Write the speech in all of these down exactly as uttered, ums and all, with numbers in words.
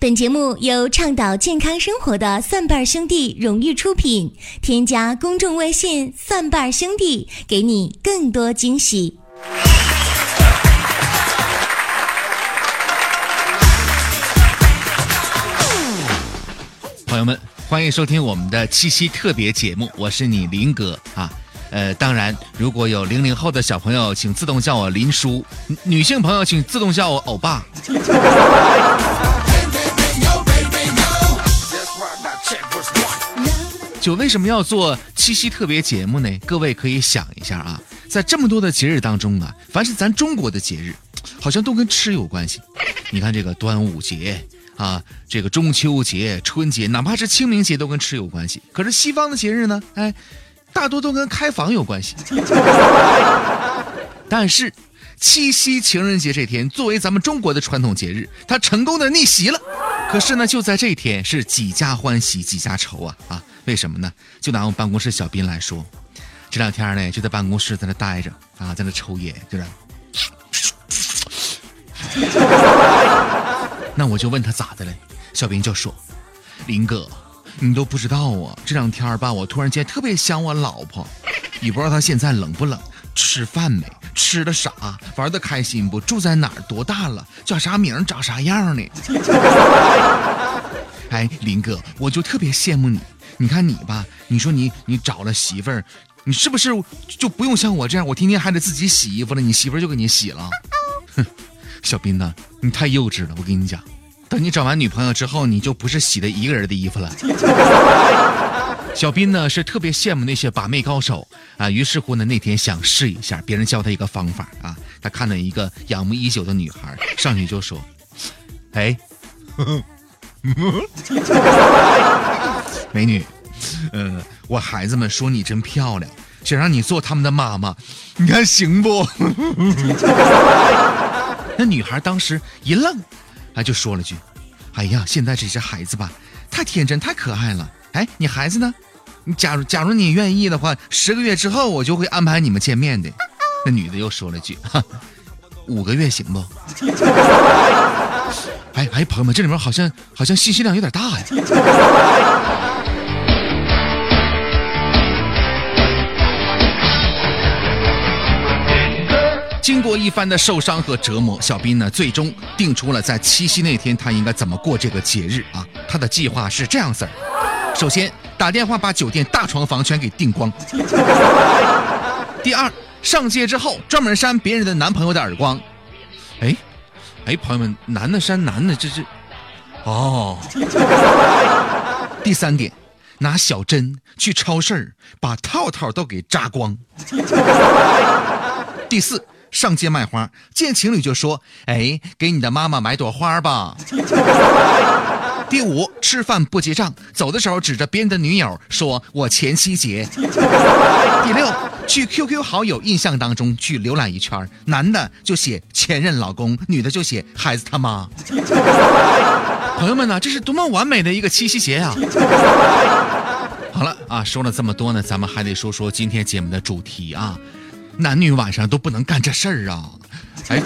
本节目由倡导健康生活的蒜瓣兄弟荣誉出品，添加公众微信蒜瓣兄弟，给你更多惊喜。 朋友们，欢迎收听我们的七夕特别节目，我是你林哥啊。呃，当然，如果有零零后的小朋友，请自动叫我林叔；女性朋友，请自动叫我欧巴。就为什么要做七夕特别节目呢？各位可以想一下啊，在这么多的节日当中啊，凡是咱中国的节日，好像都跟吃有关系。你看这个端午节啊，这个中秋节、春节，哪怕是清明节都跟吃有关系。可是西方的节日呢，哎，大多都跟开房有关系。但是七夕情人节这天，作为咱们中国的传统节日，它成功的逆袭了。可是呢，就在这天是几家欢喜几家愁啊啊！为什么呢？就拿我们办公室小斌来说，这两天呢就在办公室在那待着啊，在那抽烟，就是。那我就问他咋的了，小斌就说：“林哥，你都不知道啊，这两天吧，我突然间特别想我老婆，也不知道她现在冷不冷，吃饭没，吃的啥，玩的开心不，住在哪儿，多大了，叫啥名，长啥样呢？”哎，林哥，我就特别羡慕你。你看你吧，你说你你找了媳妇儿，你是不是就不用像我这样，我天天还得自己洗衣服了，你媳妇儿就给你洗了？哼，小斌呐，你太幼稚了，我跟你讲，等你找完女朋友之后，你就不是洗的一个人的衣服了。小斌呢是特别羡慕那些把妹高手啊，于是乎呢那天想试一下，别人教他一个方法啊，他看到一个仰慕已久的女孩，上去就说：“哎。”美女，呃，我孩子们说你真漂亮，想让你做他们的妈妈，你看行不？那女孩当时一愣，啊，就说了句：“哎呀，现在这些孩子吧，太天真，太可爱了。哎，你孩子呢？你假如假如你愿意的话，十个月之后我就会安排你们见面的。”那女的又说了句：“哈，五个月行不？”哎哎，朋友们，这里面好像好像信息量有点大呀。经过一番的受伤和折磨，小斌呢最终定出了在七夕那天他应该怎么过这个节日啊。他的计划是这样子儿：首先打电话把酒店大床房全给订光；第二，上街之后专门扇别人的男朋友的耳光。哎。哎，朋友们，男的扇男的，这是哦。第三点，拿小针去超市把套套都给扎光。第四，上街卖花，见情侣就说：“哎，给你的妈妈买朵花吧。”第五，吃饭不结账，走的时候指着别人的女友说：“我前妻节。”第六，去 Q Q 好友印象当中去浏览一圈，男的就写前任老公，女的就写孩子他妈。朋友们呢、啊，这是多么完美的一个七夕节呀！好了啊，说了这么多呢，咱们还得说说今天节目的主题啊，男女晚上都不能干这事儿啊！哎，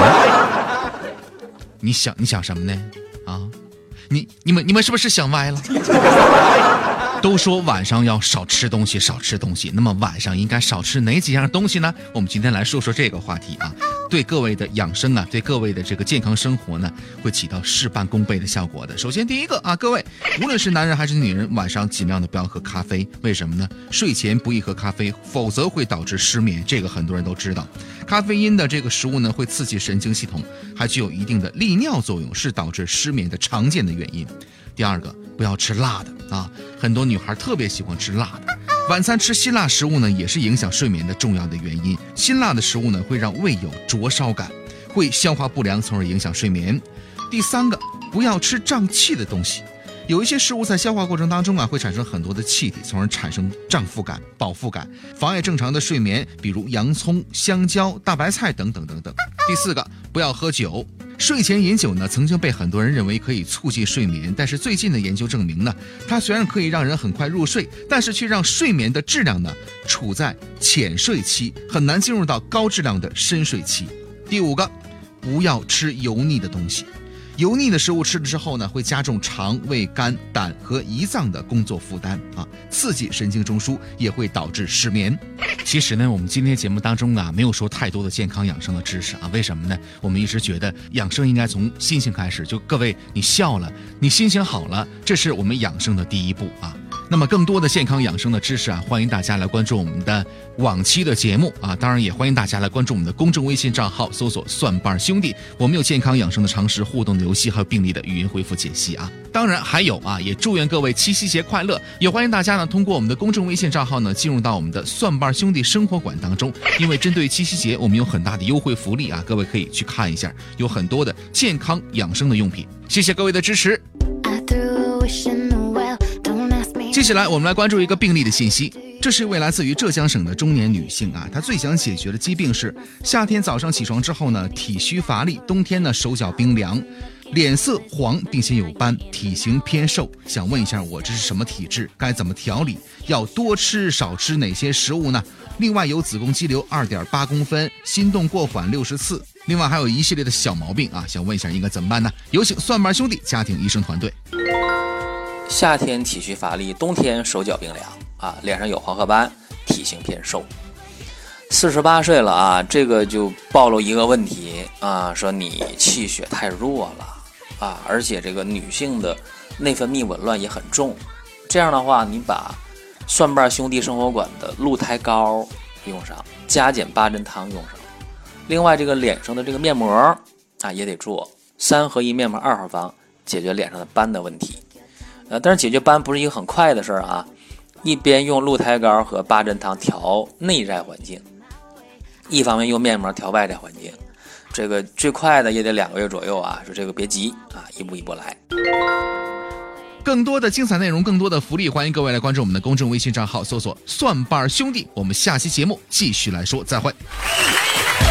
你想你想什么呢？啊？你你们你们是不是想歪了？都说晚上要少吃东西，少吃东西。那么晚上应该少吃哪几样东西呢？我们今天来说说这个话题啊，对各位的养生啊，对各位的这个健康生活呢，会起到事半功倍的效果的。首先第一个啊，各位无论是男人还是女人，晚上尽量的不要喝咖啡。为什么呢？睡前不宜喝咖啡，否则会导致失眠。这个很多人都知道。咖啡因的这个食物呢，会刺激神经系统，还具有一定的利尿作用，是导致失眠的常见的原因。第二个，不要吃辣的啊，很多女孩特别喜欢吃辣的。晚餐吃辛辣食物呢，也是影响睡眠的重要的原因。辛辣的食物呢，会让胃有灼烧感，会消化不良，从而影响睡眠。第三个，不要吃胀气的东西。有一些食物在消化过程当中啊，会产生很多的气体，从而产生胀腹感、饱腹感，妨碍正常的睡眠，比如洋葱、香蕉、大白菜等等等等。第四个，不要喝酒。睡前饮酒呢，曾经被很多人认为可以促进睡眠，但是最近的研究证明呢，它虽然可以让人很快入睡，但是却让睡眠的质量呢处在浅睡期，很难进入到高质量的深睡期。第五个，不要吃油腻的东西。 油腻的食物吃了之后呢，会加重肠胃、肝、胆和胰脏的工作负担啊，刺激神经中枢，也会导致失眠。其实呢，我们今天节目当中啊，没有说太多的健康养生的知识啊，为什么呢？我们一直觉得养生应该从心情开始，就各位你笑了，你心情好了，这是我们养生的第一步啊。那么更多的健康养生的知识啊，欢迎大家来关注我们的往期的节目啊，当然也欢迎大家来关注我们的公众微信账号，搜索蒜瓣兄弟，我们有健康养生的常识、互动的游戏，还有病例的语音回复解析啊。当然还有啊，也祝愿各位七夕节快乐，也欢迎大家呢通过我们的公众微信账号呢进入到我们的蒜瓣兄弟生活馆当中，因为针对七夕节我们有很大的优惠福利啊，各位可以去看一下，有很多的健康养生的用品。谢谢各位的支持。接下来我们来关注一个病例的信息，这是一位来自于浙江省的中年女性啊，她最想解决的疾病是夏天早上起床之后呢，体虚乏力，冬天呢手脚冰凉，脸色黄并且有斑，体型偏瘦，想问一下我这是什么体质，该怎么调理，要多吃少吃哪些食物呢？另外有子宫肌瘤 二点八公分，心动过缓六十次，另外还有一系列的小毛病啊，想问一下应该怎么办呢？有请蒜瓣兄弟家庭医生团队。 夏天体虚乏力，冬天手脚冰凉啊，脸上有黄褐斑，体型偏瘦。四十八岁了啊，这个就暴露一个问题啊，说你气血太弱了啊，而且这个女性的内分泌紊乱也很重。这样的话，你把蒜瓣兄弟生活馆的鹿胎膏用上，加减八珍汤用上，另外这个脸上的这个面膜啊也得做，三合一面膜二号方，解决脸上的斑的问题。呃，但是解决斑不是一个很快的事儿啊，一边用鹿胎膏和八珍汤调内在环境，一方面用面膜调外在环境，这个最快的也得两个月左右啊，说这个别急啊，一步一步来。 更多的精彩内容，更多的福利，欢迎各位来关注我们的公众微信账号，搜索蒜瓣兄弟。我们下期节目继续来说，再会。